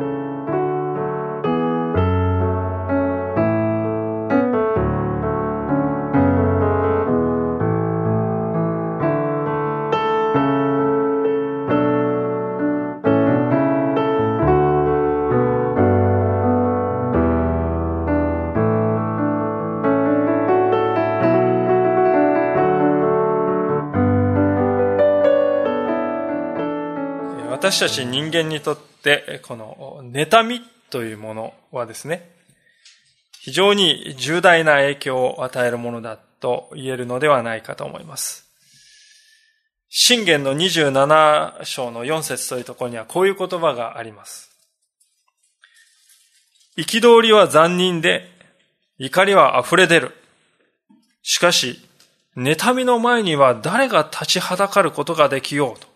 私たち人間にとってこの妬みというものはですね、非常に重大な影響を与えるものだと言えるのではないかと思います。箴言の27章の4節というところにはこういう言葉があります。憤りは残忍で、怒りは溢れ出る。しかし、妬みの前には誰が立ちはだかることができようと。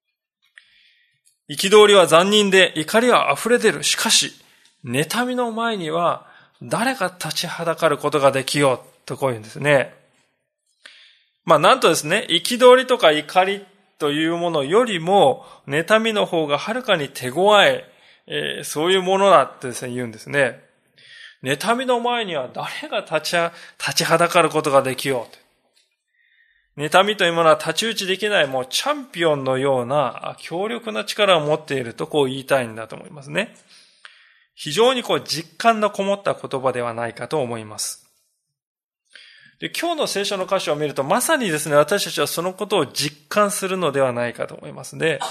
憤りは残忍で、怒りは溢れ出る。しかし、妬みの前には誰が立ちはだかることができようとこういうんですね。なんとですね、憤りとか怒りというものよりも、妬みの方がはるかに手強い、そういうものだってですね、言うんですね。妬みの前には誰が立ちはだかることができようと。妬みというものは太刀打ちできないもうチャンピオンのような強力な力を持っているとこう言いたいんだと思いますね。非常に実感のこもった言葉ではないかと思います。で、今日の聖書の箇所を見るとまさにですね、私たちはそのことを実感するのではないかと思いますね。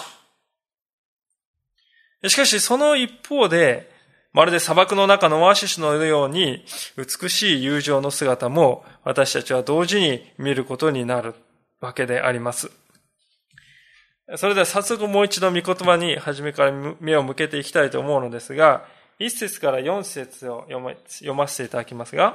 しかしその一方で、まるで砂漠の中のオアシスのように美しい友情の姿も私たちは同時に見ることになるわけであります。それでは早速もう一度御言葉に初めから目を向けていきたいと思うのですが、1節から4節を読ませていただきますが、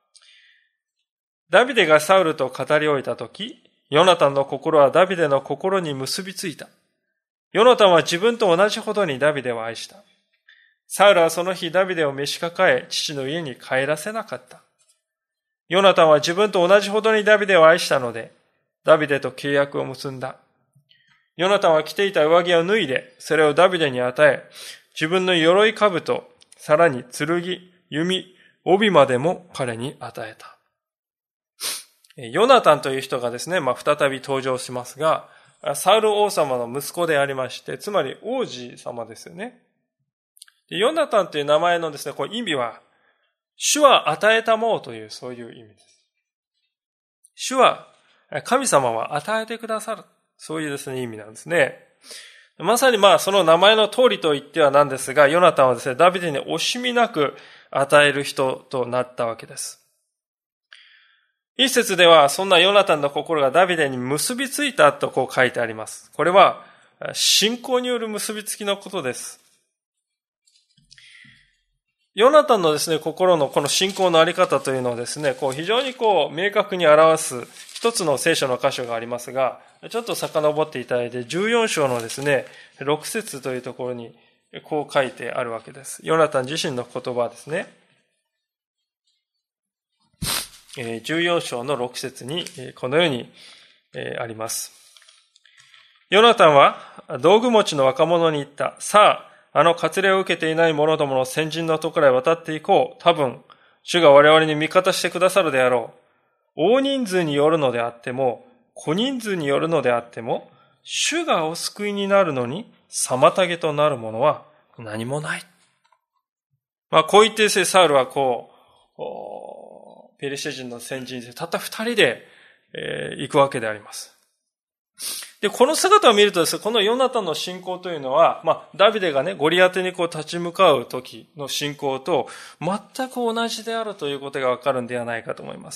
ダビデがサウルと語り終えたとき、ヨナタンの心はダビデの心に結びついた。ヨナタンは自分と同じほどにダビデを愛した。サウルはその日ダビデを召し抱え、父の家に帰らせなかった。ヨナタンは自分と同じほどにダビデを愛したので、ダビデと契約を結んだ。ヨナタンは着ていた上着を脱いで、それをダビデに与え、自分の鎧兜、さらに剣、弓、帯までも彼に与えた。ヨナタンという人がですね、再び登場しますが、サウル王様の息子でありまして、つまり王子様ですよね。ヨナタンという名前のですね、この意味は、主は与えたものという、そういう意味です。主は、神様は与えてくださる。そういうですね、意味なんですね。まさにその名前の通りと言ってはなんですが、ヨナタンはですね、ダビデに惜しみなく与える人となったわけです。一節では、そんなヨナタンの心がダビデに結びついたとこう書いてあります。これは、信仰による結びつきのことです。ヨナタンのですね、心のこの信仰のあり方というのをですね、非常に明確に表す一つの聖書の箇所がありますが、ちょっと遡っていただいて、14章のですね、6節というところにこう書いてあるわけです。ヨナタン自身の言葉ですね。14章の6節にこのようにあります。ヨナタンは道具持ちの若者に言った。さあ、割礼を受けていない者どもの先人のところへ渡っていこう。多分、主が我々に味方してくださるであろう。大人数によるのであっても、小人数によるのであっても、主がお救いになるのに妨げとなるものは何もない。こう言ってサウルはペリシテ人の先人でたった二人で、行くわけであります。で、この姿を見るとですね、このヨナタンの信仰というのは、ダビデがね、ゴリアテに立ち向かう時の信仰と全く同じであるということがわかるんではないかと思います。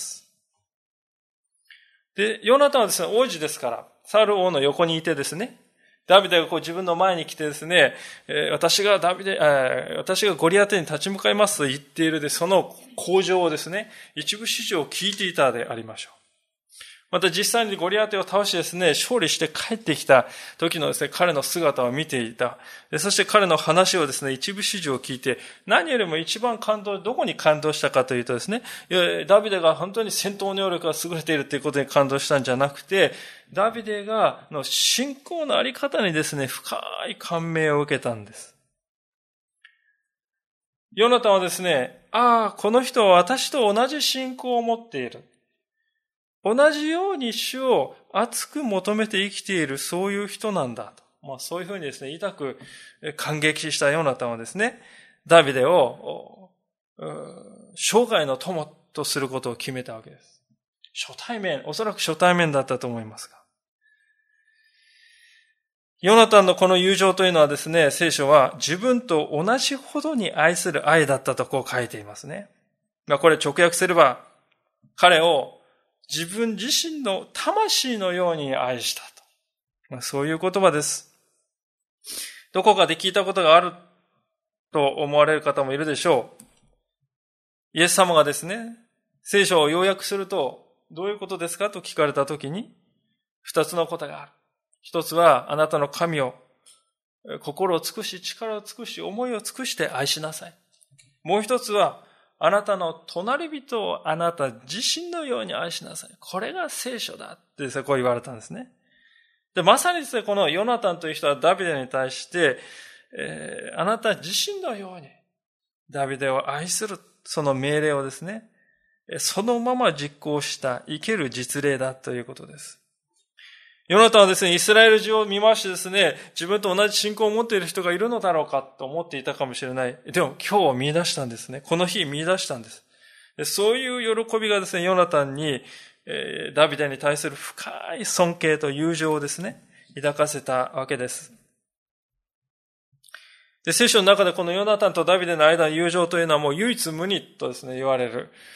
で、ヨナタンはですね、王子ですから、サウル王の横にいてですね、ダビデが自分の前に来てですね、私がゴリアテに立ち向かいますと言っているで、その口上をですね、一部始終を聞いていたでありましょう。また実際にゴリアテを倒しですね、勝利して帰ってきた時のですね、彼の姿を見ていた。そして彼の話をですね、一部始終を聞いて、何よりも一番どこに感動したかというとですね、ダビデが本当に戦闘能力が優れているということに感動したんじゃなくて、ダビデの信仰のあり方にですね、深い感銘を受けたんです。 ヨナタンはですね、この人は私と同じ信仰を持っている。同じように主を熱く求めて生きている、そういう人なんだと。そういうふうにですね、痛く感激したヨナタンはですね、ダビデを生涯の友とすることを決めたわけです。おそらく初対面だったと思いますが。ヨナタンのこの友情というのはですね、聖書は自分と同じほどに愛する愛だったとこう書いていますね。これ直訳すれば、彼を自分自身の魂のように愛したと。そういう言葉です。どこかで聞いたことがあると思われる方もいるでしょう。イエス様がですね、聖書を要約すると、どういうことですかと聞かれたときに、二つのことがある。一つは、あなたの神を心を尽くし、力を尽くし、思いを尽くして愛しなさい。もう一つは、あなたの隣人をあなた自身のように愛しなさい。これが聖書だってこう言われたんですね。で、まさにですね、このヨナタンという人はダビデに対して、あなた自身のようにダビデを愛する、その命令をですね、そのまま実行した生ける実例だということです。ヨナタンはですね、イスラエル中を見ましてですね、自分と同じ信仰を持っている人がいるのだろうかと思っていたかもしれない。でも今日見出したんですね。この日見出したんです。そういう喜びがですね、ヨナタンに、ダビデに対する深い尊敬と友情をですね、抱かせたわけです。で、聖書の中でこのヨナタンとダビデの間の友情というのはもう唯一無二とですね、言われ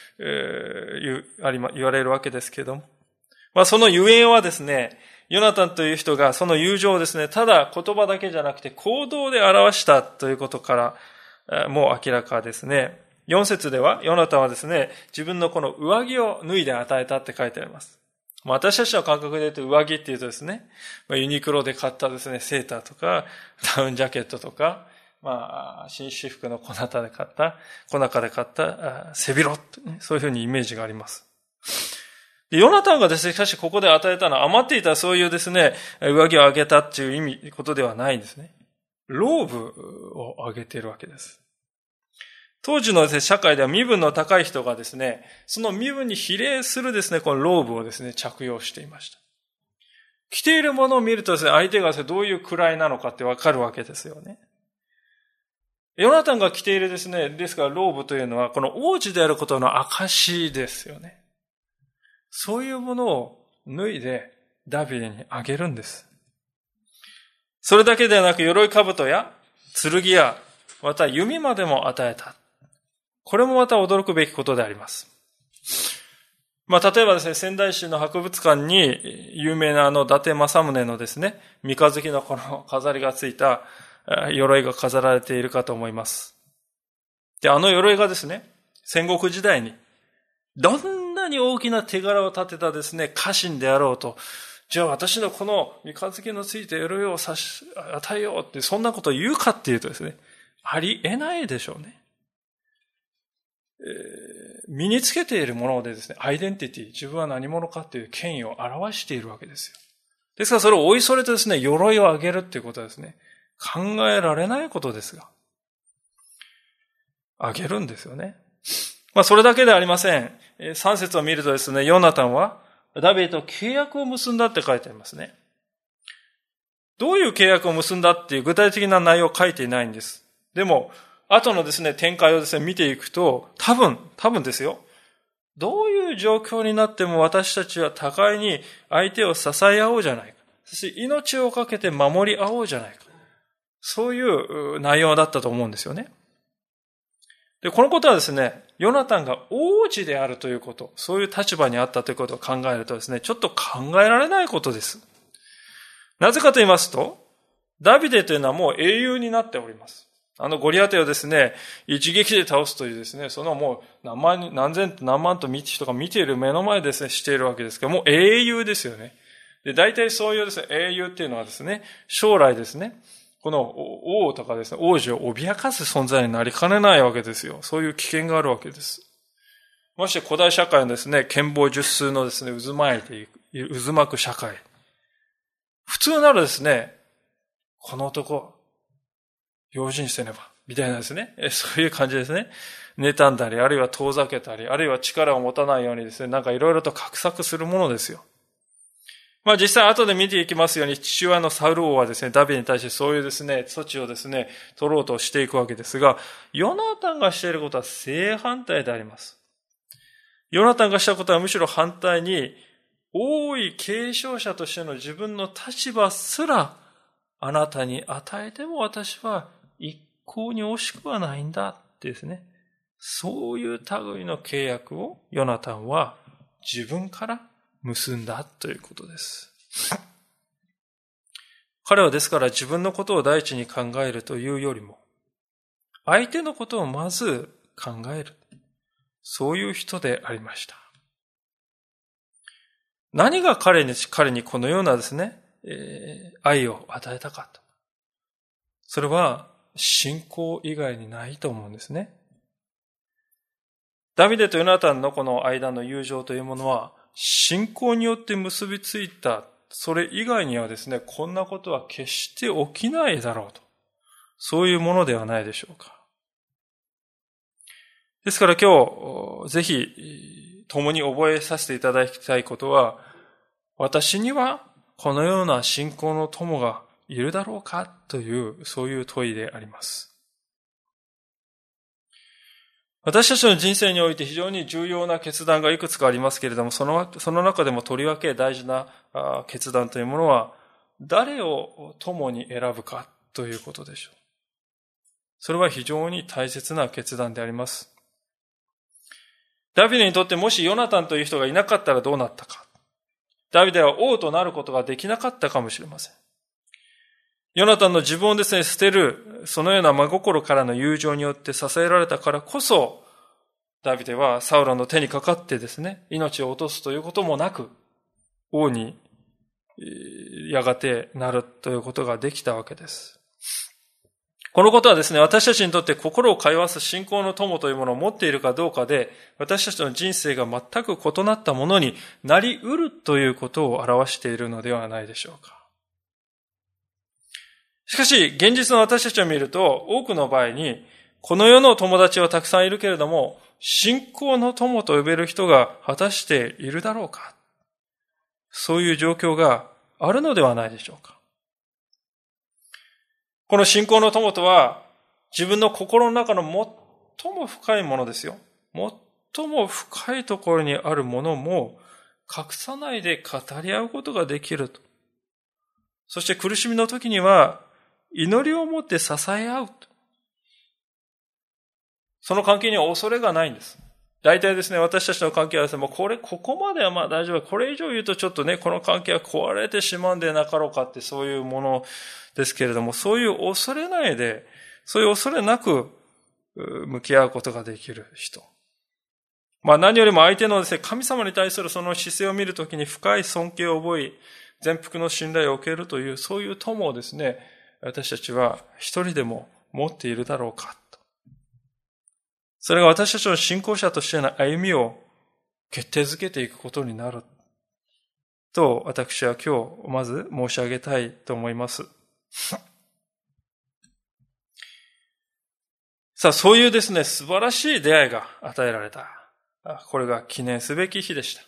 るわけですけれども。そのゆえんはですね、ヨナタンという人がその友情をですね、ただ言葉だけじゃなくて行動で表したということからもう明らかですね。4節では、ヨナタンはですね、自分のこの上着を脱いで与えたって書いてあります。私たちの感覚で言うと上着っていうとですね、ユニクロで買ったですね、セーターとか、ダウンジャケットとか、紳士服の粉中で買った背広、そういうふうにイメージがあります。で、ヨナタンがですね、しかしここで与えたのは余っていたそういうですね、上着をあげたっていうことではないんですね。ローブをあげているわけです。当時のですね、社会では身分の高い人がですね、その身分に比例するですね、このローブをですね、着用していました。着ているものを見るとですね、相手がですね、どういう位なのかってわかるわけですよね。ヨナタンが着ているですね、ですからローブというのは、この王子であることの証ですよね。そういうものを脱いでダビデにあげるんです。それだけではなく、鎧兜や剣や、また弓までも与えた。これもまた驚くべきことであります。例えばですね、仙台市の博物館に有名な伊達政宗のですね、三日月のこの飾りがついた鎧が飾られているかと思います。で、あの鎧がですね、戦国時代にどんなに大きな手柄を立てたですね、家臣であろうと、じゃあ私のこの三日月のついた鎧を与えようって、そんなことを言うかっていうとですね、ありえないでしょうね。身につけているものでですね、アイデンティティ、自分は何者かという権威を表しているわけですよ。ですからそれをおいそれとですね、鎧をあげるっていうことはですね、考えられないことですが、あげるんですよね。それだけではありません。3節を見るとですね、ヨナタンはダビデと契約を結んだって書いてありますね。どういう契約を結んだっていう具体的な内容を書いていないんです。でも、後のですね、展開をですね、見ていくと、多分ですよ。どういう状況になっても私たちは互いに相手を支え合おうじゃないか。そして命をかけて守り合おうじゃないか。そういう内容だったと思うんですよね。で、このことはですね、ヨナタンが王子であるということ、そういう立場にあったということを考えるとですね、ちょっと考えられないことです。なぜかと言いますと、ダビデというのはもう英雄になっております。ゴリアテをですね、一撃で倒すというですね、そのもう何千と何万と人が見ている目の前でですね、しているわけですけど、もう英雄ですよね。で、大体そういうですね、英雄っていうのはですね、将来ですね、この王とかですね、王子を脅かす存在になりかねないわけですよ。そういう危険があるわけです。まして古代社会のですね、権謀術数のですね、渦巻く社会。普通ならですね、この男、用心せねば、 みたいなですね。そういう感じですね。妬んだり、あるいは遠ざけたり、あるいは力を持たないようにですね、なんかいろいろと画策するものですよ。実際後で見ていきますように、父親のサウル王はですね、ダビデに対してそういうですね、措置をですね、取ろうとしていくわけですが、ヨナタンがしていることは正反対であります。ヨナタンがしたことはむしろ反対に、王位継承者としての自分の立場すら、あなたに与えても私は一向に惜しくはないんだってですね。そういう類の契約をヨナタンは自分から結んだということです。彼はですから自分のことを第一に考えるというよりも、相手のことをまず考える。そういう人でありました。何が彼にこのようなですね、愛を与えたかと。それは信仰以外にないと思うんですね。ダビデとヨナタンのこの間の友情というものは、信仰によって結びついた、それ以外にはですね、こんなことは決して起きないだろうと。そういうものではないでしょうか。ですから今日、ぜひ、共に覚えさせていただきたいことは、私にはこのような信仰の友がいるだろうかという、そういう問いであります。私たちの人生において非常に重要な決断がいくつかありますけれども、その中でもとりわけ大事な決断というものは、誰を友に選ぶかということでしょう。それは非常に大切な決断であります。ダビデにとってもしヨナタンという人がいなかったらどうなったか。ダビデは王となることができなかったかもしれません。ヨナタンの自分をですね、捨てる、そのような真心からの友情によって支えられたからこそ、ダビデはサウロの手にかかってですね、命を落とすということもなく、王にやがてなるということができたわけです。このことはですね、私たちにとって心を通わす信仰の友というものを持っているかどうかで、私たちの人生が全く異なったものになり得るということを表しているのではないでしょうか。しかし、現実の私たちを見ると、多くの場合に、この世の友達はたくさんいるけれども、信仰の友と呼べる人が果たしているだろうか。そういう状況があるのではないでしょうか。この信仰の友とは、自分の心の中の最も深いものですよ。最も深いところにあるものも、隠さないで語り合うことができると。そして苦しみの時には、祈りを持って支え合う。その関係には恐れがないんです。大体ですね、私たちの関係はですね、ここまではまあ大丈夫。これ以上言うとちょっとね、この関係は壊れてしまうんでなかろうかってそういうものですけれども、そういう恐れないで、そういう恐れなく向き合うことができる人。何よりも相手のですね、神様に対するその姿勢を見るときに深い尊敬を覚え、全幅の信頼を受けるという、そういう友をですね、私たちは一人でも持っているだろうかと。それが私たちの信仰者としての歩みを決定づけていくことになると、私は今日まず申し上げたいと思います。さあ、そういうですね、素晴らしい出会いが与えられた。これが記念すべき日でした。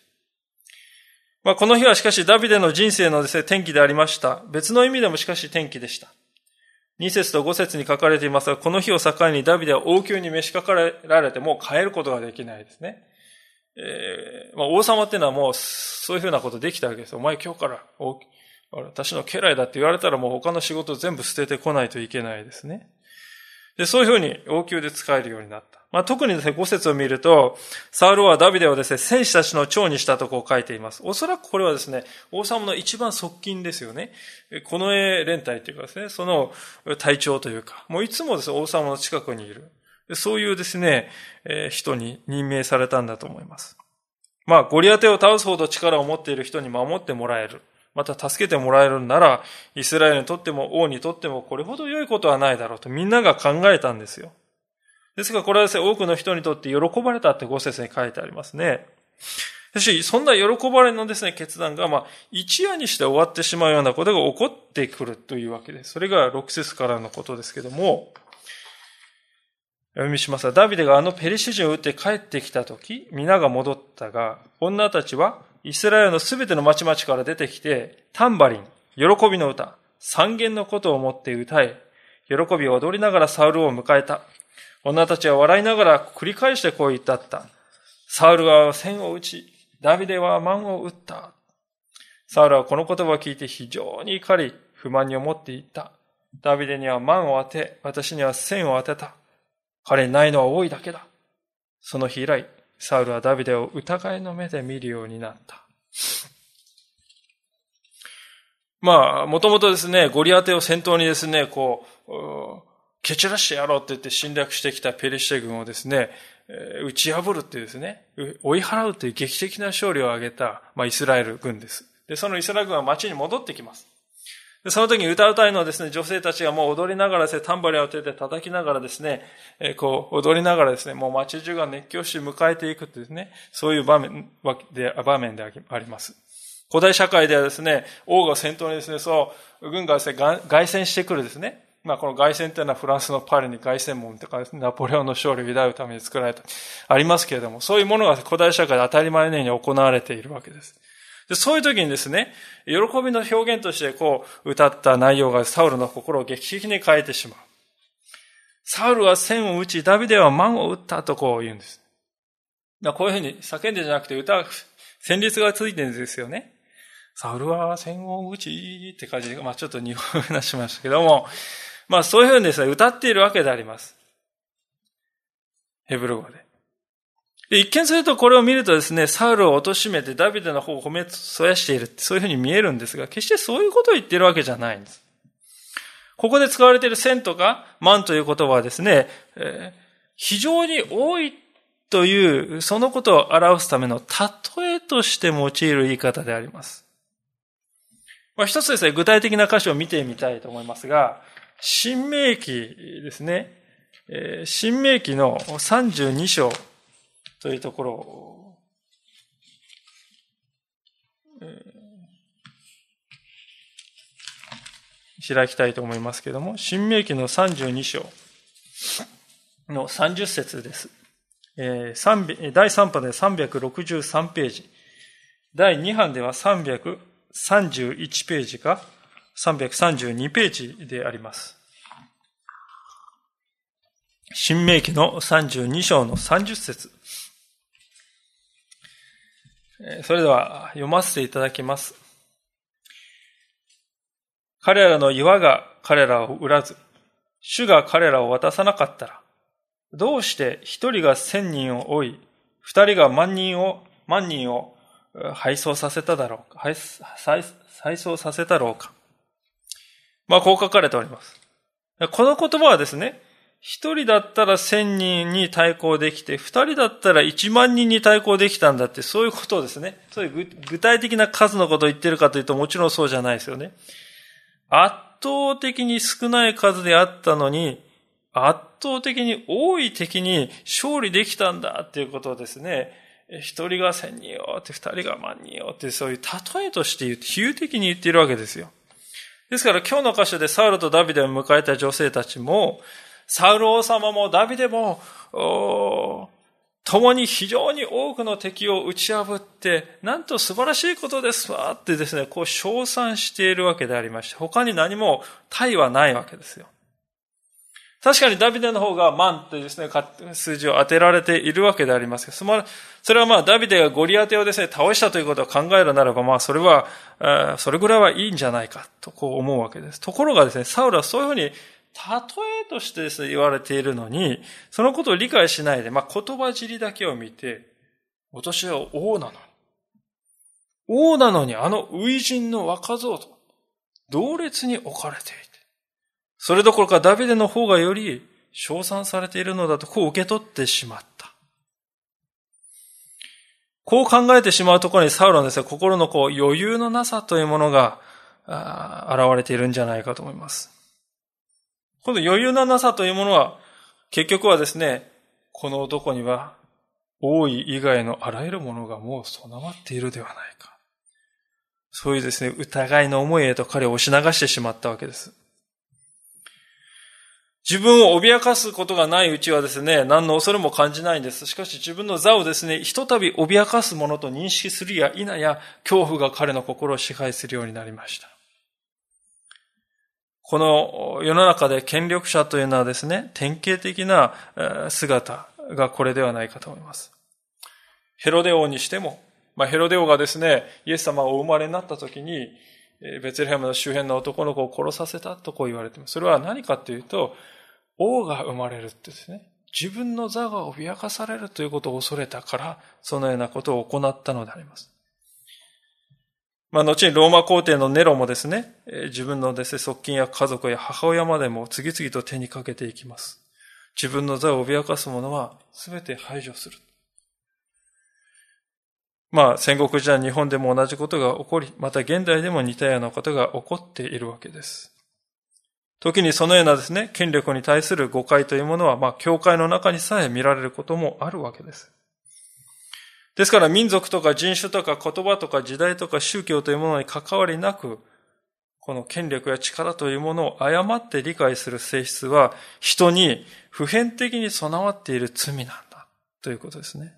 この日はしかしダビデの人生のですね、転機でありました。別の意味でもしかし転機でした。2節と5節に書かれていますが、この日を境にダビデは王宮に召し抱られてもう帰ることができないですね。王様っていうのはもうそういうふうなことできたわけです。お前今日から私の家来だって言われたらもう他の仕事全部捨ててこないといけないですね。で、そういうふうに王宮で使えるようになった。特にですね、5節を見ると、サウルはダビデをですね、戦士たちの長にしたとこう書いています。おそらくこれはですね、王様の一番側近ですよね。この連隊というかですね、その隊長というか、もういつもですね、王様の近くにいる。そういうですね、人に任命されたんだと思います。ゴリアテを倒すほど力を持っている人に守ってもらえる。また助けてもらえるなら、イスラエルにとっても王にとってもこれほど良いことはないだろうとみんなが考えたんですよ。ですがこれはですね、多くの人にとって喜ばれたって5節に書いてありますね。しかし、そんな喜ばれのですね、決断が一夜にして終わってしまうようなことが起こってくるというわけです。それが6節からのことですけども、 読みしますが、ダビデがあのペリシ人を撃って帰ってきたとき、皆が戻ったが、女たちはイスラエルのすべての町々から出てきて、タンバリン、喜びの歌、三弦のことを思って歌い、喜びを踊りながらサウルを迎えた。女たちは笑いながら繰り返してこう言った。サウルは千を撃ち、ダビデは万を撃った。サウルはこの言葉を聞いて非常に怒り、不満に思っていった。ダビデには万を当て、私には千を当てた。彼にないのは多いだけだ。その日以来、サウルはダビデを疑いの目で見るようになった。もともとですね、ゴリアテを先頭にですね、蹴散らしてやろうって言って侵略してきたペリシテ軍をですね、打ち破るっていうですね、追い払うという劇的な勝利を挙げた、イスラエル軍です。で、そのイスラエル軍は町に戻ってきます。で、その時に歌うのはですね、女性たちがもう踊りながらですね、タンバリンを手で叩きながらですね、踊りながらですね、もう町中が熱狂し迎えていくってですね、そういう場面であります。古代社会ではですね、王が先頭にですね、軍がですね、凱旋してくるですね。この凱旋というのはフランスのパリに凱旋門とかですね、ナポレオンの勝利を祝うために作られた、ありますけれども、そういうものが古代社会で当たり前のように行われているわけです。で、そういう時にですね、喜びの表現として歌った内容がサウルの心を劇的に変えてしまう。サウルは千を撃ち、ダビデは万を撃ったと言うんです。こういうふうに叫んでじゃなくて旋律がついてるんですよね。サウルは千を撃ちって感じで、ちょっと日本語話しましたけども、そういうふうにですね、歌っているわけであります。ヘブル語で。一見するとこれを見るとですね、サウルを貶めてダビデの方を褒めそやしているってそういうふうに見えるんですが、決してそういうことを言っているわけじゃないんです。ここで使われている千とか万という言葉はですね、非常に多いという、そのことを表すための例えとして用いる言い方であります。一つですね、具体的な箇所を見てみたいと思いますが、申命記ですね。申命記の32章というところを、開きたいと思いますけれども、申命記の32章の30節です。第3版で363ページ、第2版では331ページか332ページであります。申命記の32章の30節。それでは読ませていただきます。彼らの岩が彼らを売らず、主が彼らを渡さなかったら、どうして一人が千人を追い、二人が万人を敗走させただろうか。敗走させたろうか。こう書かれております。この言葉はですね、一人だったら千人に対抗できて、二人だったら1万人に対抗できたんだって、そういうことをですね、そういう具体的な数のことを言ってるかというと、もちろんそうじゃないですよね。圧倒的に少ない数であったのに、圧倒的に多い敵に勝利できたんだっていうことをですね、一人が千人よって、二人が万人よって、そういう例えとして比喩的に言っているわけですよ。ですから今日の箇所でサウルとダビデを迎えた女性たちも、サウル王様もダビデも、共に非常に多くの敵を打ち破って、なんと素晴らしいことですわってですね、称賛しているわけでありまして、他に何も対はないわけですよ。確かにダビデの方が万というですね、数字を当てられているわけでありますけど、それはダビデがゴリアテをですね、倒したということを考えるならば、それぐらいはいいんじゃないかと思うわけです。ところがですね、サウルはそういうふうに例えとしてですね、言われているのに、そのことを理解しないで、言葉尻だけを見て、私は王なのにあの初陣の若造と同列に置かれていて、それどころかダビデの方がより称賛されているのだと受け取ってしまった。こう考えてしまうところにサウルのですね、心の余裕のなさというものが現れているんじゃないかと思います。この余裕のなさというものは、結局はですね、この男には王位以外のあらゆるものがもう備わっているではないか。そういうですね、疑いの思いへと彼を押し流してしまったわけです。 自分を脅かすことがないうちはですね、何の恐れも感じないんです。しかし自分の座をですね、ひとたび脅かすものと認識するや否や、恐怖が彼の心を支配するようになりました。この世の中で権力者というのはですね、典型的な姿がこれではないかと思います。ヘロデ王にしても、ヘロデ王がですね、イエス様がお生まれになった時に、ベツレヘムの周辺の男の子を殺させたとこう言われています。それは何かというと、王が生まれるってですね、自分の座が脅かされるということを恐れたから、そのようなことを行ったのであります。後にローマ皇帝のネロもですね、自分のですね、側近や家族や母親までも次々と手にかけていきます。自分の座を脅かす者は全て排除する。戦国時代日本でも同じことが起こり、また現代でも似たようなことが起こっているわけです。時にそのようなですね、権力に対する誤解というものは、教会の中にさえ見られることもあるわけです。ですから民族とか人種とか言葉とか時代とか宗教というものに関わりなく、この権力や力というものを誤って理解する性質は、人に普遍的に備わっている罪なんだということですね。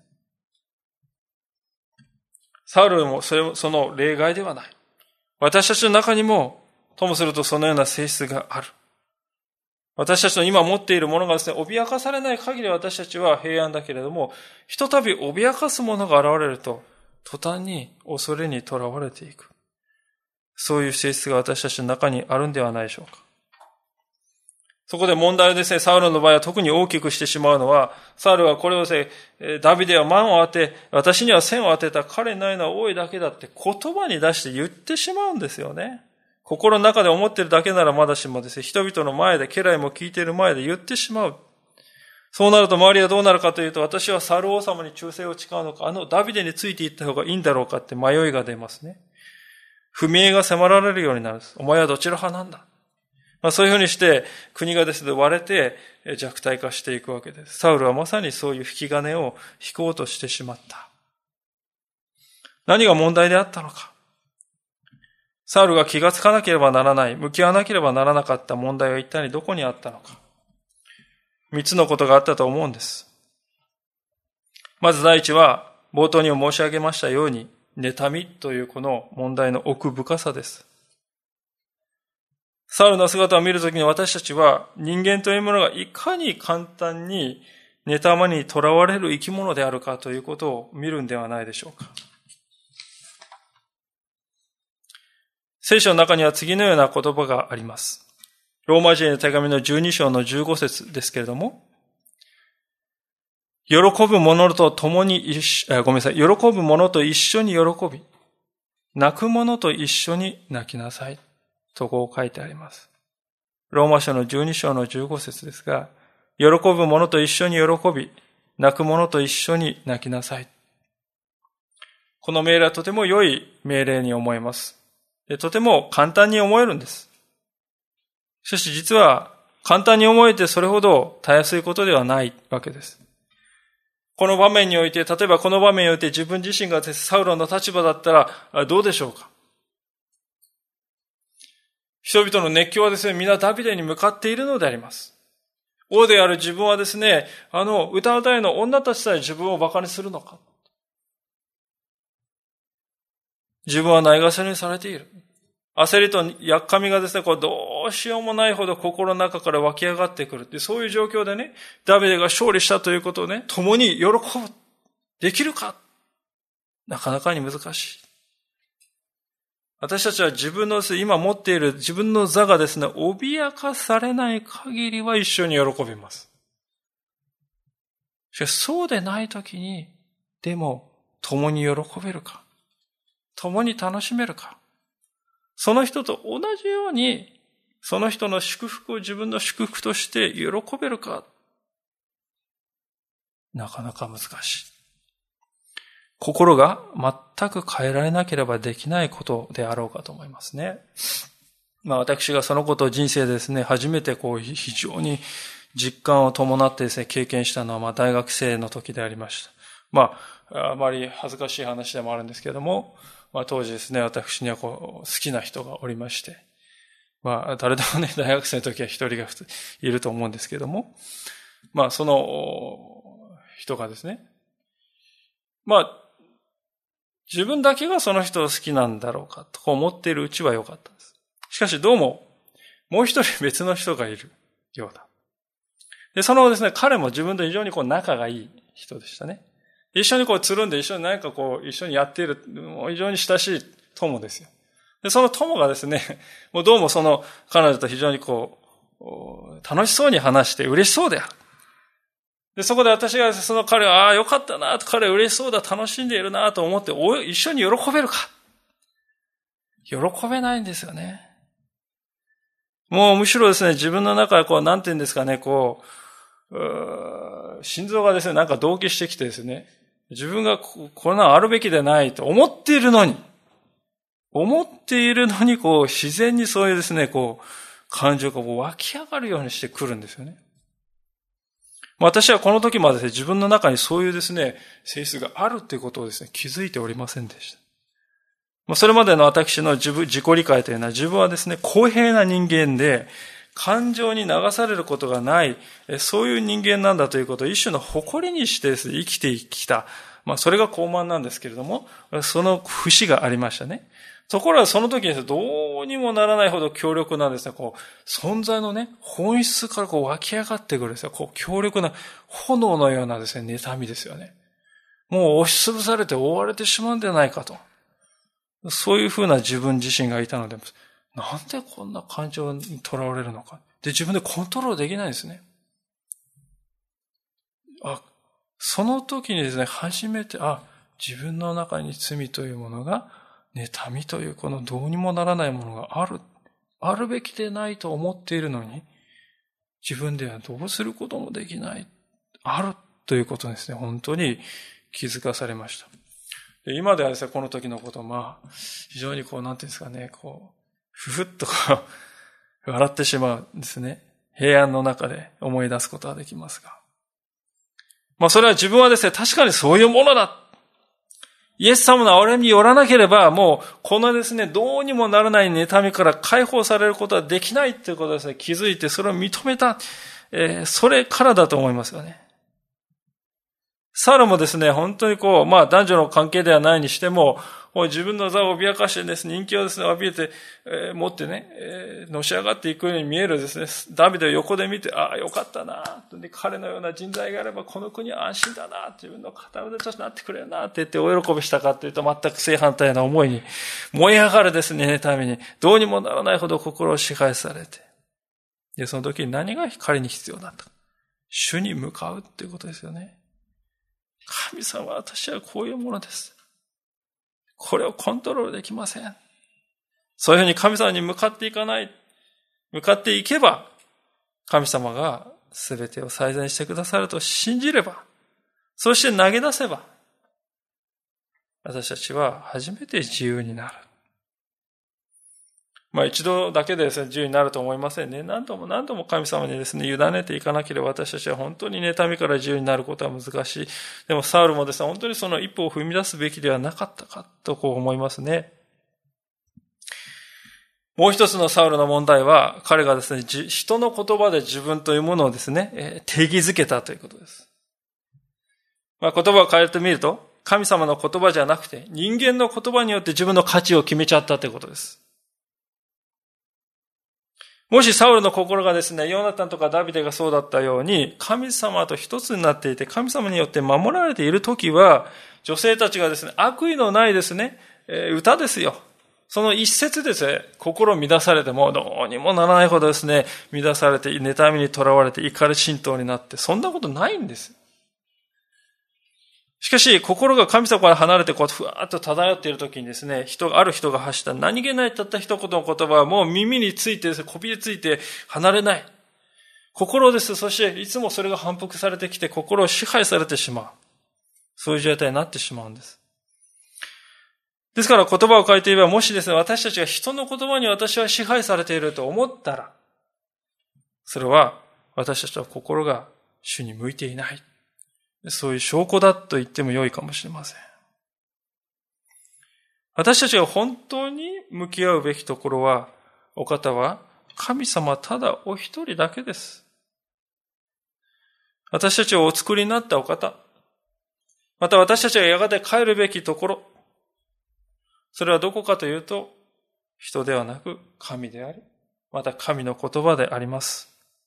サウルもその例外ではない。私たちの中にも、ともするとそのような性質がある。私たちの今持っているものがですね、脅かされない限り私たちは平安だけれども、ひとたび脅かすものが現れると、途端に恐れにとらわれていく。そういう性質が私たちの中にあるんではないでしょうか。そこで問題をですね、サウルの場合は特に大きくしてしまうのは、サウルはこれをですね、ダビデは万を当て、私には千を当てた、彼にないのは多いだけだって言葉に出して言ってしまうんですよね。心の中で思っているだけならまだしもですね、人々の前で、家来も聞いている前で言ってしまう。そうなると周りはどうなるかというと、私はサウル王様に忠誠を誓うのか、ダビデについていった方がいいんだろうかって迷いが出ますね。踏み絵が迫られるようになるんです。お前はどちら派なんだ。そういうふうにして国がですね、割れて弱体化していくわけです。サウルはまさにそういう引き金を引こうとしてしまった。何が問題であったのか。サウルが気がつかなければならない、向き合わなければならなかった問題は一体どこにあったのか。三つのことがあったと思うんです。まず第一は、冒頭にも申し上げましたように、妬みというこの問題の奥深さです。サウルの姿を見るときに私たちは人間というものがいかに簡単に妬まにとらわれる生き物であるかということを見るんではないでしょうか。聖書の中には次のような言葉があります。ローマ人の手紙の12章の15節ですけれども、喜ぶ者と共に喜ぶ者と一緒に喜び、泣く者と一緒に泣きなさい。とこう書いてあります。ローマ書の12章の15節ですが、喜ぶ者と一緒に喜び、泣く者と一緒に泣きなさい。この命令はとても良い命令に思えます。とても簡単に思えるんです。しかし実は簡単に思えてそれほどたやすいことではないわけです。この場面において、例えばこの場面において自分自身がサウロの立場だったらどうでしょうか。人々の熱狂はですね、皆ダビデに向かっているのであります。王である自分はですね、歌うための女たちさえ自分を馬鹿にするのか。自分はないがしろにされている。焦りとやっかみがですね、どうしようもないほど心の中から湧き上がってくるって、そういう状況でね、ダビデが勝利したということをね、共に喜ぶ。できるか？なかなかに難しい。私たちは自分の今持っている自分の座がですね、脅かされない限りは一緒に喜びます。しかしそうでないときに、でも共に喜べるか、共に楽しめるか、その人と同じように、その人の祝福を自分の祝福として喜べるか、なかなか難しい。心が全く変えられなければできないことであろうかと思いますね。私がそのことを人生でですね、初めて非常に実感を伴ってですね、経験したのは大学生の時でありました。あまり恥ずかしい話でもあるんですけれども、当時ですね、私には好きな人がおりまして、 誰でもね、大学生の時は一人がいると思うんですけども、その人がですね、自分だけがその人を好きなんだろうかと思っているうちは良かったんです。しかしどうも、もう一人別の人がいるようだ。で、そのですね、彼も自分と非常に仲がいい人でしたね。一緒につるんで一緒に何か一緒にやっている、非常に親しい友ですよ。で、その友がですね、もうどうもその彼女と非常に楽しそうに話して嬉しそうである。で、そこで私がその彼が、よかったな、彼嬉しそうだ、楽しんでいるなと思って、一緒に喜べるか。喜べないんですよね。もうむしろですね、自分の中でなんて言うんですかね、心臓がですね、なんか同期してきてですね、自分がこんなのあるべきでないと思っているのに、自然にそういうですね、感情が湧き上がるようにしてくるんですよね。私はこの時までですね、自分の中にそういうですね、性質があるということをですね、気づいておりませんでした。それまでの私の自己理解というのは、自分はですね、公平な人間で、感情に流されることがない、そういう人間なんだということを一種の誇りにしてですね、生きてきた。それが傲慢なんですけれども、その節がありましたね。ところがその時にどうにもならないほど強力なですね、存在のね、本質から湧き上がってくるですよ。強力な炎のようなですね、妬みですよね。もう押しつぶされて覆われてしまうんじゃないかと。そういうふうな自分自身がいたので、なんでこんな感情にとらわれるのか。で、自分でコントロールできないんですね。その時にですね、初めて、自分の中に罪というものが、妬みというこのどうにもならないものがあるべきでないと思っているのに、自分ではどうすることもできない、あるということですね、本当に気づかされました。で、今ではですね、この時のことを非常になんていうんですかね、ふふっと笑ってしまうんですね。平安の中で思い出すことはできますが。それは自分はですね、確かにそういうものだ。イエス様の憐れみによらなければ、もう、このですね、どうにもならない妬みから解放されることはできないということをですね、気づいて、それを認めた。それからだと思いますよね。サウルもですね、本当に男女の関係ではないにしても、自分の座を脅かしてですね、人気をですね、浴びて、持ってね、のし上がっていくように見えるですね、ダビデを横で見て、よかったな、で彼のような人材があればこの国は安心だな、自分の片腕としてなってくれるな、って言ってお喜びしたかというと全く正反対な思いに燃え上がるですね、ために、どうにもならないほど心を支配されて、で、その時に何が彼に必要だったか。主に向かうっていうことですよね。神様、私はこういうものです。これをコントロールできません。そういうふうに神様に向かっていけば、神様が全てを最善してくださると信じれば、そして投げ出せば、私たちは初めて自由になる。一度だけでですね、自由になると思いませんね。何度も神様にですね、委ねていかなければ私たちは本当に妬みから自由になることは難しい。でもサウルもですね、本当にその一歩を踏み出すべきではなかったかと思いますね。もう一つのサウルの問題は、彼がですね、人の言葉で自分というものをですね、定義づけたということです。言葉を変えてみると、神様の言葉じゃなくて、人間の言葉によって自分の価値を決めちゃったということです。もしサウルの心がですね、ヨナタンとかダビデがそうだったように、神様と一つになっていて、神様によって守られているときは、女性たちがですね、悪意のないですね、歌ですよ。その一節ですね、心乱されてもどうにもならないほどですね、乱されて、妬みにとらわれて怒り心頭になって、そんなことないんです。しかし、心が神様から離れてふわーっと漂っているときにですね、ある人が発した何気ないたった一言の言葉はもう耳についてですね、こびりついて離れない。心です。そしていつもそれが反復されてきて心を支配されてしまう。そういう状態になってしまうんです。ですから言葉を変えて言えば、もしですね、私たちが人の言葉に私は支配されていると思ったら、それは私たちは心が主に向いていない。そういう証拠だと言っても良いかもしれません。私たちが本当に向き合うべきところは、お方は神様ただお一人だけです。私たちをお作りになったお方、また私たちがやがて帰るべきところ、それはどこかというと、人ではなく神であり、また神の言葉であります。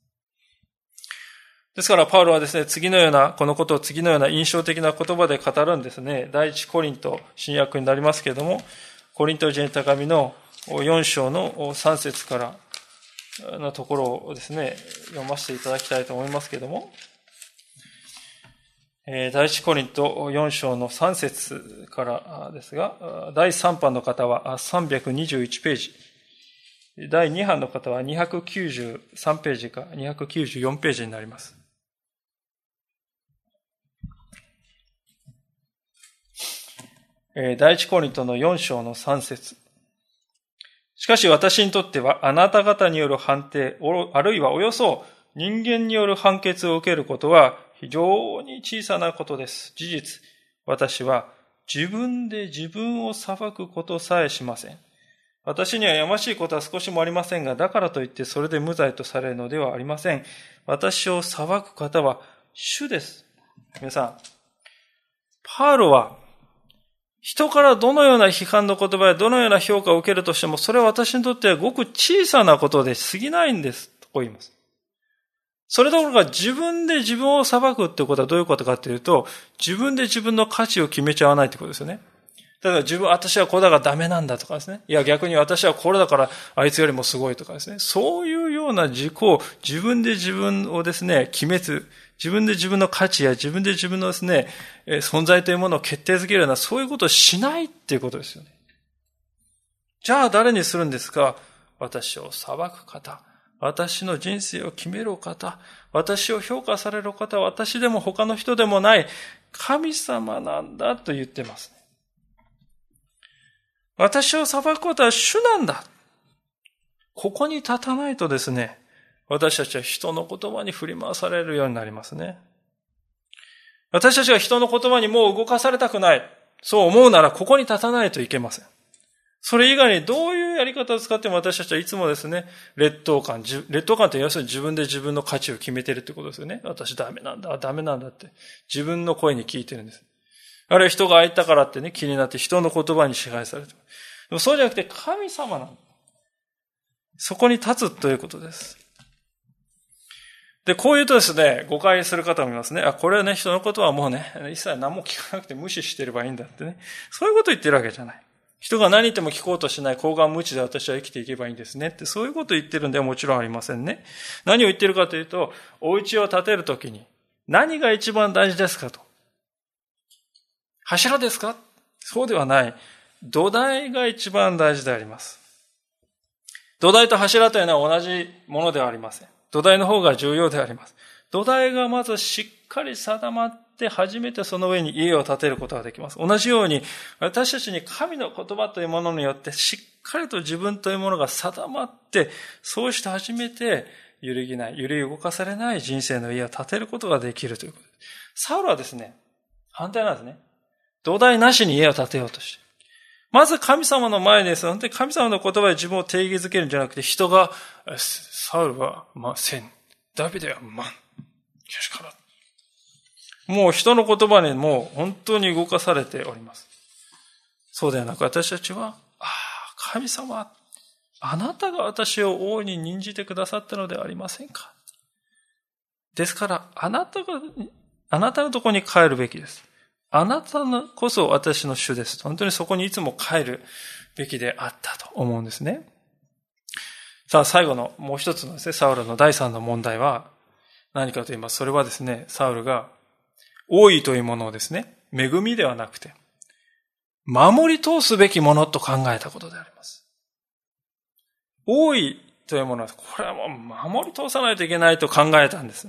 ですからパウロはですね、このことを次のような印象的な言葉で語るんですね。第一コリント新約になりますけれども、コリント人への手紙の4章の3節からのところをですね、読ませていただきたいと思いますけれども、第一コリント4章の3節からですが、第3版の方は321ページ、第2版の方は293ページか294ページになります。第一コリントの4章の3節。しかし私にとってはあなた方による判定、あるいはおよそ人間による判決を受けることは非常に小さなことです。事実、私は自分で自分を裁くことさえしません。私にはやましいことは少しもありませんが、だからといってそれで無罪とされるのではありません。私を裁く方は主です。皆さん、パウロは人からどのような批判の言葉やどのような評価を受けるとしても、それは私にとってはごく小さなことで過ぎないんです。と言います。それどころか自分で自分を裁くってことはどういうことかというと、自分で自分の価値を決めちゃわないってことですよね。だから私はこれだからダメなんだとかですね。いや逆に私はこれだからあいつよりもすごいとかですね。そういうような自分で自分をですね、自分で自分の価値や自分で自分のですね、存在というものを決定づけるような、そういうことをしないっていうことですよね。じゃあ誰にするんですか？私を裁く方、私の人生を決める方、私を評価される方は私でも他の人でもない神様なんだと言ってます。私を裁くことは主なんだ。ここに立たないとですね、私たちは人の言葉に振り回されるようになりますね。私たちが人の言葉にもう動かされたくない。そう思うならここに立たないといけません。それ以外にどういうやり方を使っても私たちはいつもですね、劣等感って要するに自分で自分の価値を決めているってことですよね。私ダメなんだって自分の声に聞いてるんです。あるいは人が空いたからってね、気になって人の言葉に支配されている。でもそうじゃなくて神様なんだ。そこに立つということです。で、こう言うとですね、誤解する方もいますね。これはね、人のことはもうね、一切何も聞かなくて無視してればいいんだってね。そういうことを言ってるわけじゃない。人が何言っても聞こうとしない厚顔無知で私は生きていけばいいんですねって、そういうことを言ってるんではもちろんありませんね。何を言ってるかというと、お家を建てるときに何が一番大事ですかと。柱ですか？そうではない。土台が一番大事であります。土台と柱というのは同じものではありません。土台の方が重要であります。土台がまずしっかり定まって初めてその上に家を建てることができます。同じように私たちに神の言葉というものによってしっかりと自分というものが定まって、そうして初めて揺るぎ動かされない人生の家を建てることができるということです。サウルはですね、反対なんですね。土台なしに家を建てようとして。まず神様の前です。本当に神様の言葉で自分を定義づけるんじゃなくて、人が、サウルは千、ダビデは万、けしからん。もう人の言葉にもう本当に動かされております。そうではなく私たちは、神様、あなたが私を王に任じてくださったのではありませんか。ですから、あなたのところに帰るべきです。あなたこそ私の主です。本当にそこにいつも帰るべきであったと思うんですね。さあ、最後のもう一つのですね、サウルの第三の問題は何かと言います。それはですね、サウルが王位というものをですね、恵みではなくて、守り通すべきものと考えたことであります。王位というものは、これはもう守り通さないといけないと考えたんです。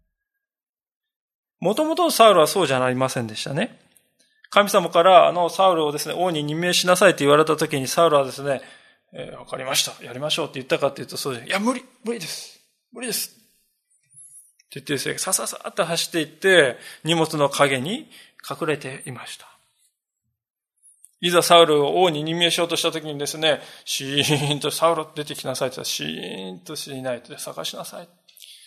もともとサウルはそうじゃありませんでしたね。神様からサウルをですね、王に任命しなさいと言われたときにサウルはですね、わかりました。やりましょうって言ったかっていうとそうじゃない。いや、無理です。って言ってですね、さっと走っていって、荷物の陰に隠れていました。 いざサウルを王に任命しようとしたときにですね、シーンとサウル出てきなさいと言ったら、シーンとしていないと探しなさい。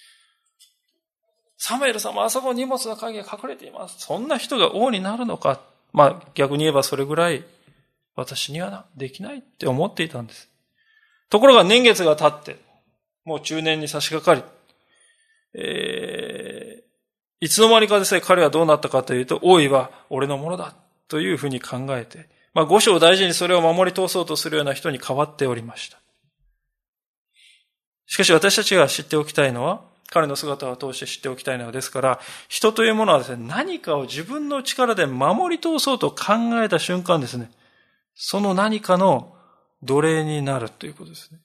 サムエル様、あそこ荷物の鍵が隠れています。そんな人が王になるのか。逆に言えばそれぐらい私にはできないって思っていたんです。ところが年月が経って、もう中年に差し掛かり、いつの間にかですね、彼はどうなったかというと、王位は俺のものだというふうに考えて、五章を大事にそれを守り通そうとするような人に変わっておりました。しかし私たちが知っておきたいのは、彼の姿を通して知っておきたいのはですから、人というものはですね、何かを自分の力で守り通そうと考えた瞬間ですね、その何かの奴隷になるということですね。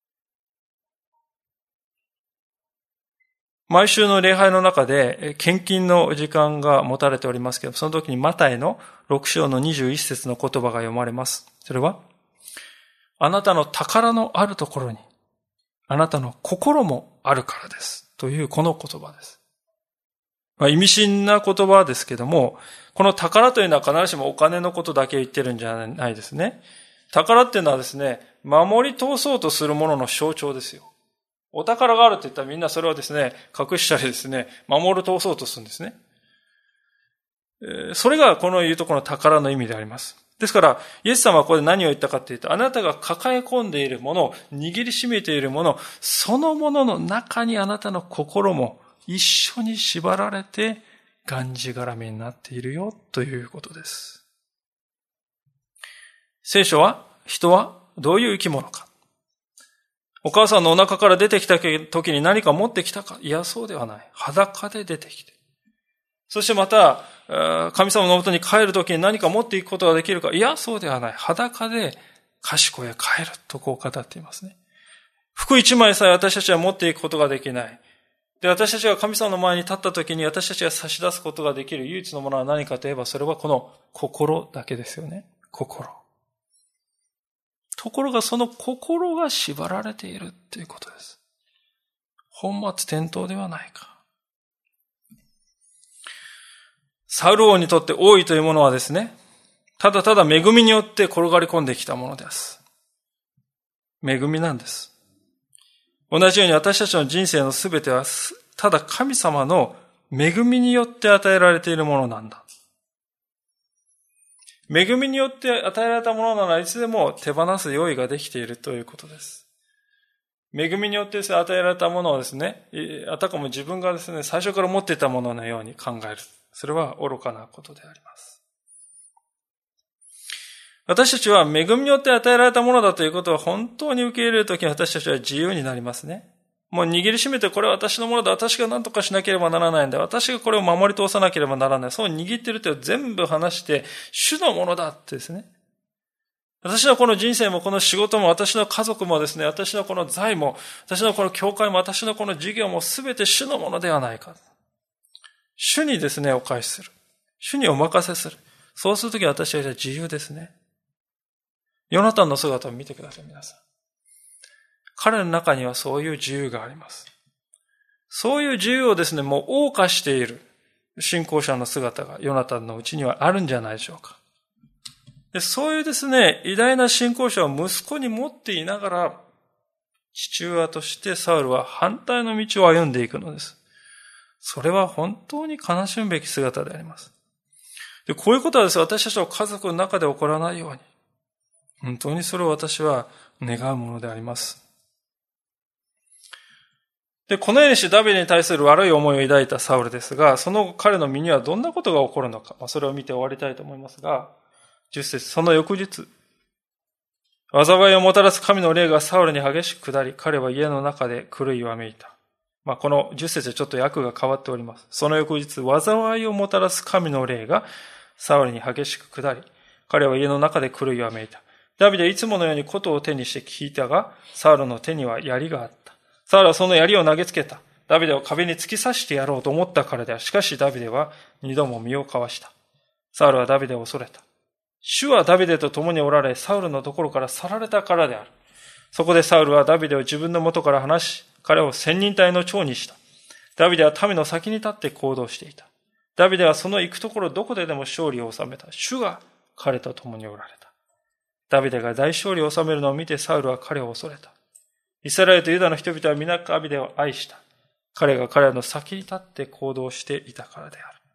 毎週の礼拝の中で献金の時間が持たれておりますけど、その時にマタイの6章の21節の言葉が読まれます。それは、あなたの宝のあるところに、あなたの心もあるからです。というこの言葉です。意味深な言葉ですけども、この宝というのは必ずしもお金のことだけ言ってるんじゃないですね。宝っていうのはですね、守り通そうとするものの象徴ですよ。お宝があるって言ったらみんなそれをですね、隠したりですね、守り通そうとするんですね。それがこの言うところの宝の意味であります。ですから、イエス様はここで何を言ったかというと、あなたが抱え込んでいるもの、握りしめているもの、そのものの中にあなたの心も一緒に縛られて、がんじがらめになっているよ、ということです。聖書は、人はどういう生き物か。お母さんのお腹から出てきた時に何か持ってきたか。いや、そうではない。裸で出てきて。そしてまた、神様のもとに帰るときに何か持っていくことができるか。いや、そうではない。裸で賢へ帰るとこう語っていますね。服一枚さえ私たちは持っていくことができない。で、私たちが神様の前に立ったときに私たちが差し出すことができる唯一のものは何かといえば、それはこの心だけですよね。心。ところがその心が縛られているということです。本末転倒ではないか。サウル王にとって王位というものはですね、ただただ恵みによって転がり込んできたものです。恵みなんです。同じように私たちの人生のすべては、ただ神様の恵みによって与えられているものなんだ。恵みによって与えられたものならいつでも手放す用意ができているということです。恵みによって与えられたものをですね、あたかも自分がですね、最初から持っていたもののように考える。それは愚かなことであります。私たちは恵みによって与えられたものだということを本当に受け入れるときに私たちは自由になりますね。もう握りしめてこれは私のものだ。私が何とかしなければならないんだ。私がこれを守り通さなければならない。そう握っている手を全部離して主のものだってですね。私のこの人生もこの仕事も私の家族もですね、私のこの財も、私のこの教会も私のこの事業もすべて主のものではないか。主にですね、お返しする。主にお任せする。そうするときは私たちは自由ですね。ヨナタンの姿を見てください、皆さん。彼の中にはそういう自由があります。そういう自由をですね、もう謳歌している信仰者の姿がヨナタンのうちにはあるんじゃないでしょうか。で、そういうですね、偉大な信仰者を息子に持っていながら、父親としてサウルは反対の道を歩んでいくのです。それは本当に悲しむべき姿であります。で、こういうことはですね、私たちの家族の中で起こらないように、本当にそれを私は願うものであります。で、このようにしてダビデに対する悪い思いを抱いたサウルですが、その後彼の身にはどんなことが起こるのか、それを見て終わりたいと思いますが、10節、その翌日、災いをもたらす神の霊がサウルに激しく下り、彼は家の中で狂いわめいた。この10節でちょっと訳が変わっております。その翌日、災いをもたらす神の霊がサウルに激しく下り、彼は家の中で狂いわめいた。ダビデはいつものように琴を手にして聞いたが、サウルの手には槍があった。サウルはその槍を投げつけた。ダビデを壁に突き刺してやろうと思ったからである。しかしダビデは2度も身をかわした。サウルはダビデを恐れた。主はダビデと共におられ、サウルのところから去られたからである。そこでサウルはダビデを自分の元から離し、彼を千人隊の長にした。ダビデは民の先に立って行動していた。ダビデはその行くところどこででも勝利を収めた。主が彼と共におられた。ダビデが大勝利を収めるのを見てサウルは彼を恐れた。イスラエルとユダの人々は皆ダビデを愛した。彼が彼らの先に立って行動していたからである。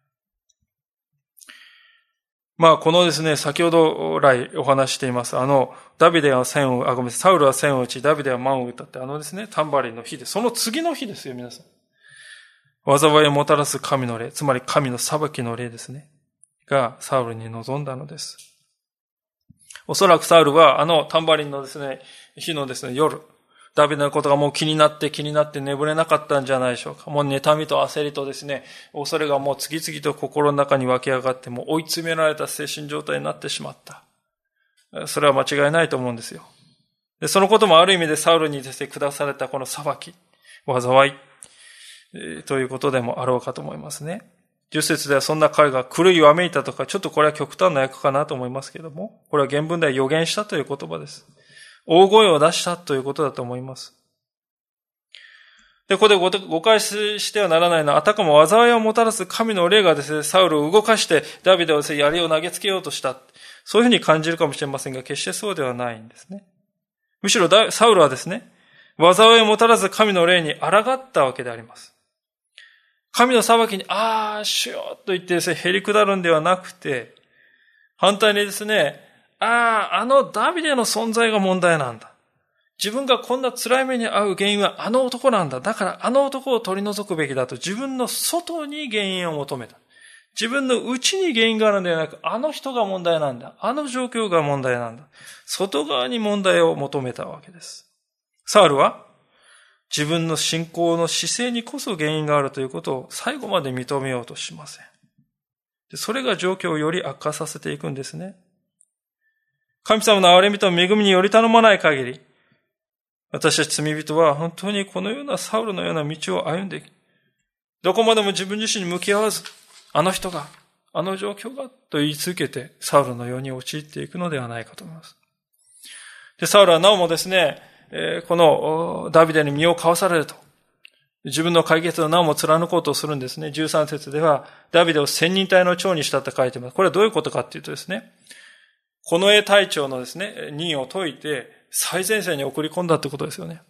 このですね、先ほど来お話しています。サウルは千を打ち、ダビデは万を打ったってですね、タンバリンの日で、その次の日ですよ、皆さん。災いをもたらす神の霊、つまり神の裁きの霊ですね、がサウルに臨んだのです。おそらくサウルはタンバリンのですね、日のですね、夜、ダビデのことがもう気になって眠れなかったんじゃないでしょうか。もう妬みと焦りとですね、恐れがもう次々と心の中に湧き上がって、もう追い詰められた精神状態になってしまった。それは間違いないと思うんですよ。で、そのこともある意味でサウルにですね、下されたこの裁き、災い、ということでもあろうかと思いますね。10節ではそんな彼が狂いわめいたとか、ちょっとこれは極端な訳かなと思いますけれども、これは原文では予言したという言葉です。大声を出したということだと思います。で、ここで誤解してはならないのは、あたかも災いをもたらす神の霊がですね、サウルを動かしてダビデをですね、槍を投げつけようとした。そういうふうに感じるかもしれませんが、決してそうではないんですね。むしろサウルはですね、災いをもたらす神の霊に抗ったわけであります。神の裁きに、主よと言ってですね、へり下るんではなくて、反対にですね、ダビデの存在が問題なんだ。自分がこんな辛い目に遭う原因は男なんだ。だから男を取り除くべきだと自分の外に原因を求めた。自分の内に原因があるんではなく、人が問題なんだ。状況が問題なんだ。外側に問題を求めたわけです。サウルは自分の信仰の姿勢にこそ原因があるということを最後まで認めようとしません。それが状況をより悪化させていくんですね。神様の憐れみと恵みにより頼まない限り、私たち罪人は本当にこのようなサウルのような道を歩んでいく。どこまでも自分自身に向き合わず、人が、状況が、と言い続けて、サウルのように陥っていくのではないかと思います。で、サウルはなおもですね、このダビデに身をかわされると、自分の解決のなおも貫こうとするんですね。13節では、ダビデを千人隊の長にしたと書いています。これはどういうことかっていうとですね、近衛隊長のですね、任を解いて最前線に送り込んだってことですよね。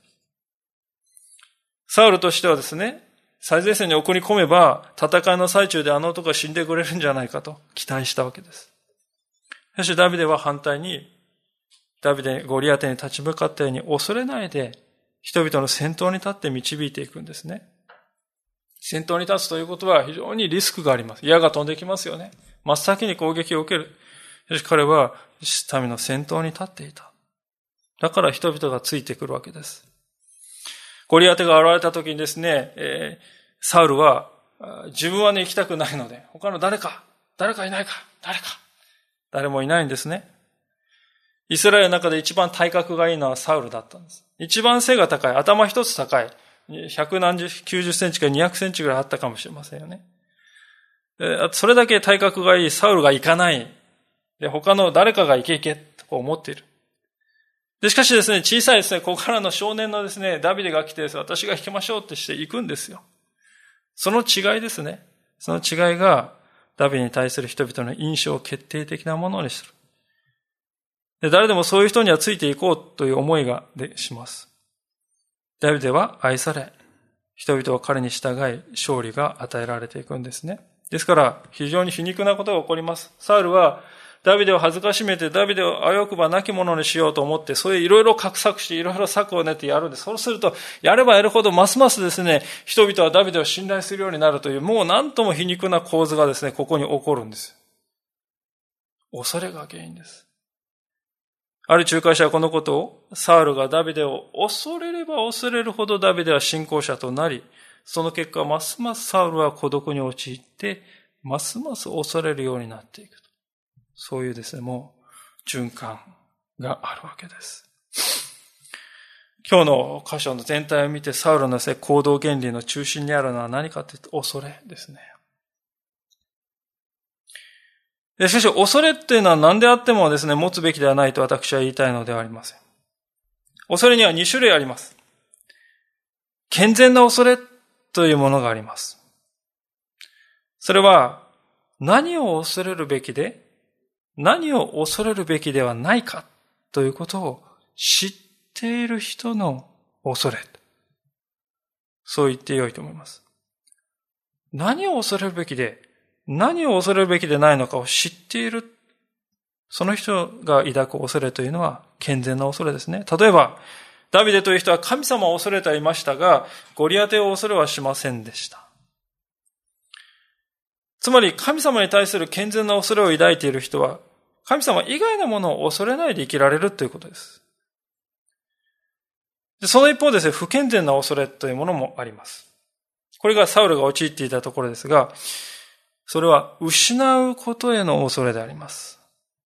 サウルとしてはですね、最前線に送り込めば、戦いの最中で男が死んでくれるんじゃないかと期待したわけです。しかしダビデは反対に、ゴリアテに立ち向かったように恐れないで、人々の先頭に立って導いていくんですね。先頭に立つということは非常にリスクがあります。矢が飛んできますよね。真っ先に攻撃を受ける。しかし彼は民の先頭に立っていた。だから人々がついてくるわけです。ゴリアテが現れた時にですね、サウルは自分はね行きたくないので、他の誰かいないか、誰もいないんですね。イスラエルの中で一番体格がいいのはサウルだったんです。一番背が高い、頭一つ高い、90センチから200センチぐらいあったかもしれませんよね。それだけ体格がいいサウルが行かない。で、他の誰かが行けと思っている。で、しかしですね、小さいですね、ここからの少年のですね、ダビデが来てですね、私が引きましょうってして行くんですよ。その違いですね。その違いがダビデに対する人々の印象を決定的なものにする。で、誰でもそういう人にはついていこうという思いがします。ダビデは愛され、人々は彼に従い勝利が与えられていくんですね。ですから非常に皮肉なことが起こります。サウルはダビデを恥ずかしめてダビデをあよくばなき者にしようと思って、そういういろいろ画策していろいろ策を練ってやるんです。そうするとやればやるほどますますですね、人々はダビデを信頼するようになるという、もう何とも皮肉な構図がですね、ここに起こるんです。恐れが原因です。ある仲介者はこのことを、サウルがダビデを恐れれば恐れるほどダビデは信仰者となり、その結果ますますサウルは孤独に陥って、ますます恐れるようになっていくと。そういうですね、もう循環があるわけです。今日の箇所の全体を見て、サウルの行動原理の中心にあるのは何かというと、恐れですね。しかし、恐れっていうのは何であってもですね、持つべきではないと私は言いたいのではありません。恐れには2種類あります。健全な恐れというものがあります。それは、何を恐れるべきで、 何を恐れるべきではないかということを知っている人の恐れ。そう言ってよいと思います。何を恐れるべきで、何を恐れるべきでないのかを知っている。その人が抱く恐れというのは健全な恐れですね。例えば、ダビデという人は神様を恐れてはいましたが、ゴリアテを恐れはしませんでした。つまり神様に対する健全な恐れを抱いている人は、神様以外のものを恐れないで生きられるということです。その一方ですね、不健全な恐れというものもあります。これがサウルが陥っていたところですが、それは失うことへの恐れであります。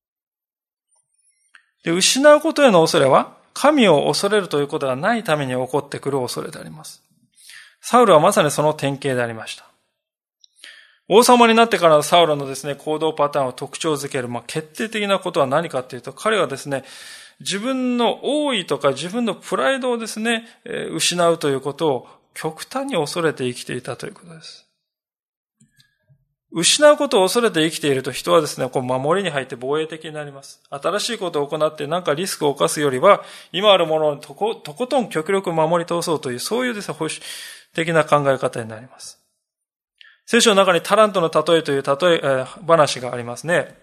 で、失うことへの恐れは、神を恐れるということがないために起こってくる恐れであります。サウルはまさにその典型でありました。王様になってからのサウルのですね、行動パターンを特徴づける、決定的なことは何かというと、彼はですね、自分の王位とか自分のプライドをですね、失うということを極端に恐れて生きていたということです。失うことを恐れて生きていると人はですね、守りに入って防衛的になります。新しいことを行って何かリスクを冒すよりは、今あるものをとことん極力守り通そうという、そういうですね、保守的な考え方になります。聖書の中にタラントの例えという例え話がありますね。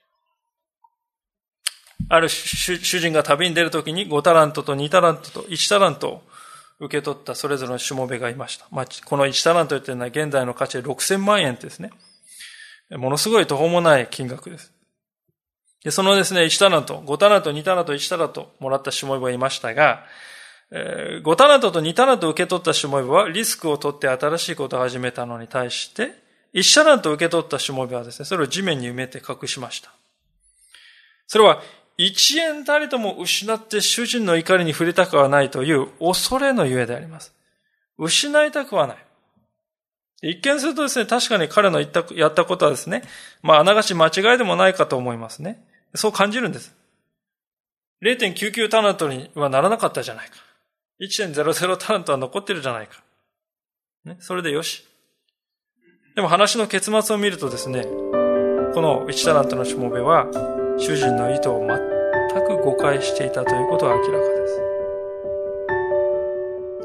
ある主人が旅に出るときに5タラントと2タラントと1タラントを受け取ったそれぞれのしもべがいました。この1タラントというのは現在の価値で6000万円ですね。ものすごい途方もない金額です。で、そのですね、1タラント、5タラント、2タラント、1タラントもらったしもべがいましたが、5タラントと2タラント受け取ったしもべはリスクを取って新しいことを始めたのに対して、1タラント受け取ったしもべはですね、それを地面に埋めて隠しました。それは1円たりとも失って主人の怒りに触れたくはないという恐れのゆえであります。失いたくはない。一見するとですね、確かに彼のやったことはですね、あながち間違いでもないかと思いますね。そう感じるんです。0.99 タラントにはならなかったじゃないか。1.00 タラントは残ってるじゃないか。ね、それでよし。でも話の結末を見るとですね、この1タラントのしもべは、主人の意図を全く誤解していたということは明らかです。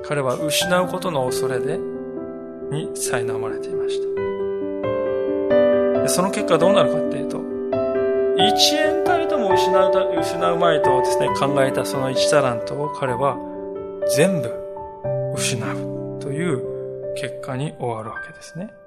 彼は失うことの恐れに苛まれていました。でその結果どうなるかっていうと、1円たりとも失うまいとですね、考えたその1タラントを彼は全部失うという結果に終わるわけですね。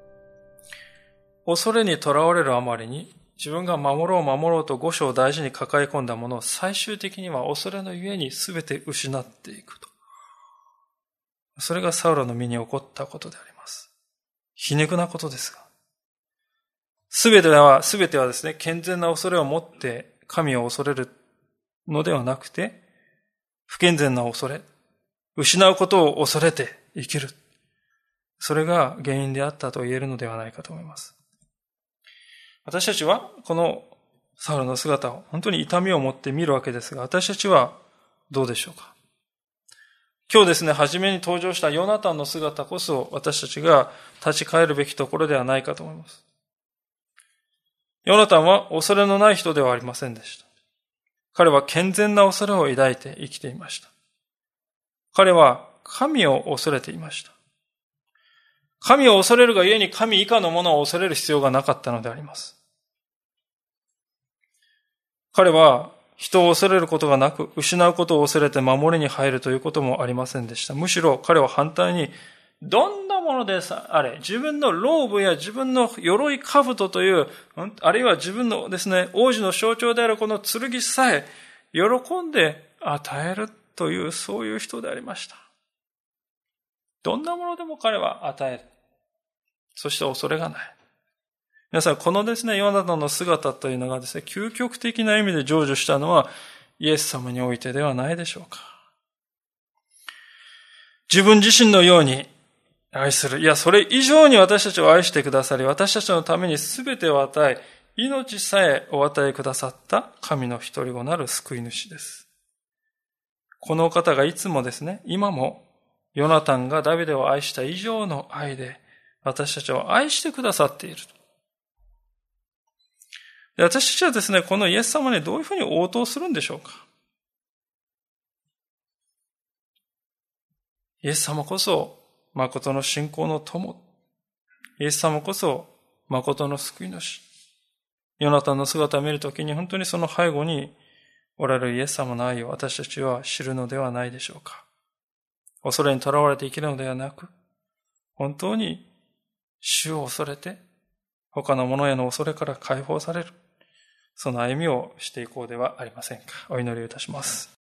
恐れにとらわれるあまりに、自分が守ろうと五章を大事に抱え込んだものを最終的には恐れのゆえに全て失っていくと。それがサウロの身に起こったことであります。皮肉なことですが。全てはですね、健全な恐れを持って神を恐れるのではなくて、不健全な恐れ、失うことを恐れて生きる。それが原因であったと言えるのではないかと思います。私たちはこのサウルの姿を本当に痛みを持って見るわけですが、私たちはどうでしょうか。今日ですね、初めに登場したヨナタンの姿こそ私たちが立ち返るべきところではないかと思います。ヨナタンは恐れのない人ではありませんでした。彼は健全な恐れを抱いて生きていました。彼は神を恐れていました。神を恐れるがゆえに神以下のものを恐れる必要がなかったのであります。彼は人を恐れることがなく、失うことを恐れて守りに入るということもありませんでした。むしろ彼は反対に、どんなものであれ、自分のローブや自分の鎧兜という、あるいは自分のですね、王子の象徴であるこの剣さえ、喜んで与えるという、そういう人でありました。どんなものでも彼は与える。そして恐れがない。皆さん、このですね、ヨナタンの姿というのがですね、究極的な意味で成就したのはイエス様においてではないでしょうか。自分自身のように愛する。いや、それ以上に私たちを愛してくださり、私たちのために全てを与え、命さえお与えくださった神の一人子なる救い主です。この方がいつもですね、今もヨナタンがダビデを愛した以上の愛で私たちを愛してくださっている。 で、私たちはですね、このイエス様にどういうふうに応答するんでしょうか。イエス様こそ、誠の信仰の友。イエス様こそ、誠の救い主。ヨナタンの姿を見るときに、本当にその背後におられるイエス様の愛を私たちは知るのではないでしょうか。恐れにとらわれて生きるのではなく、本当に主を恐れて、他の者への恐れから解放される、その歩みをしていこうではありませんか。お祈りをいたします。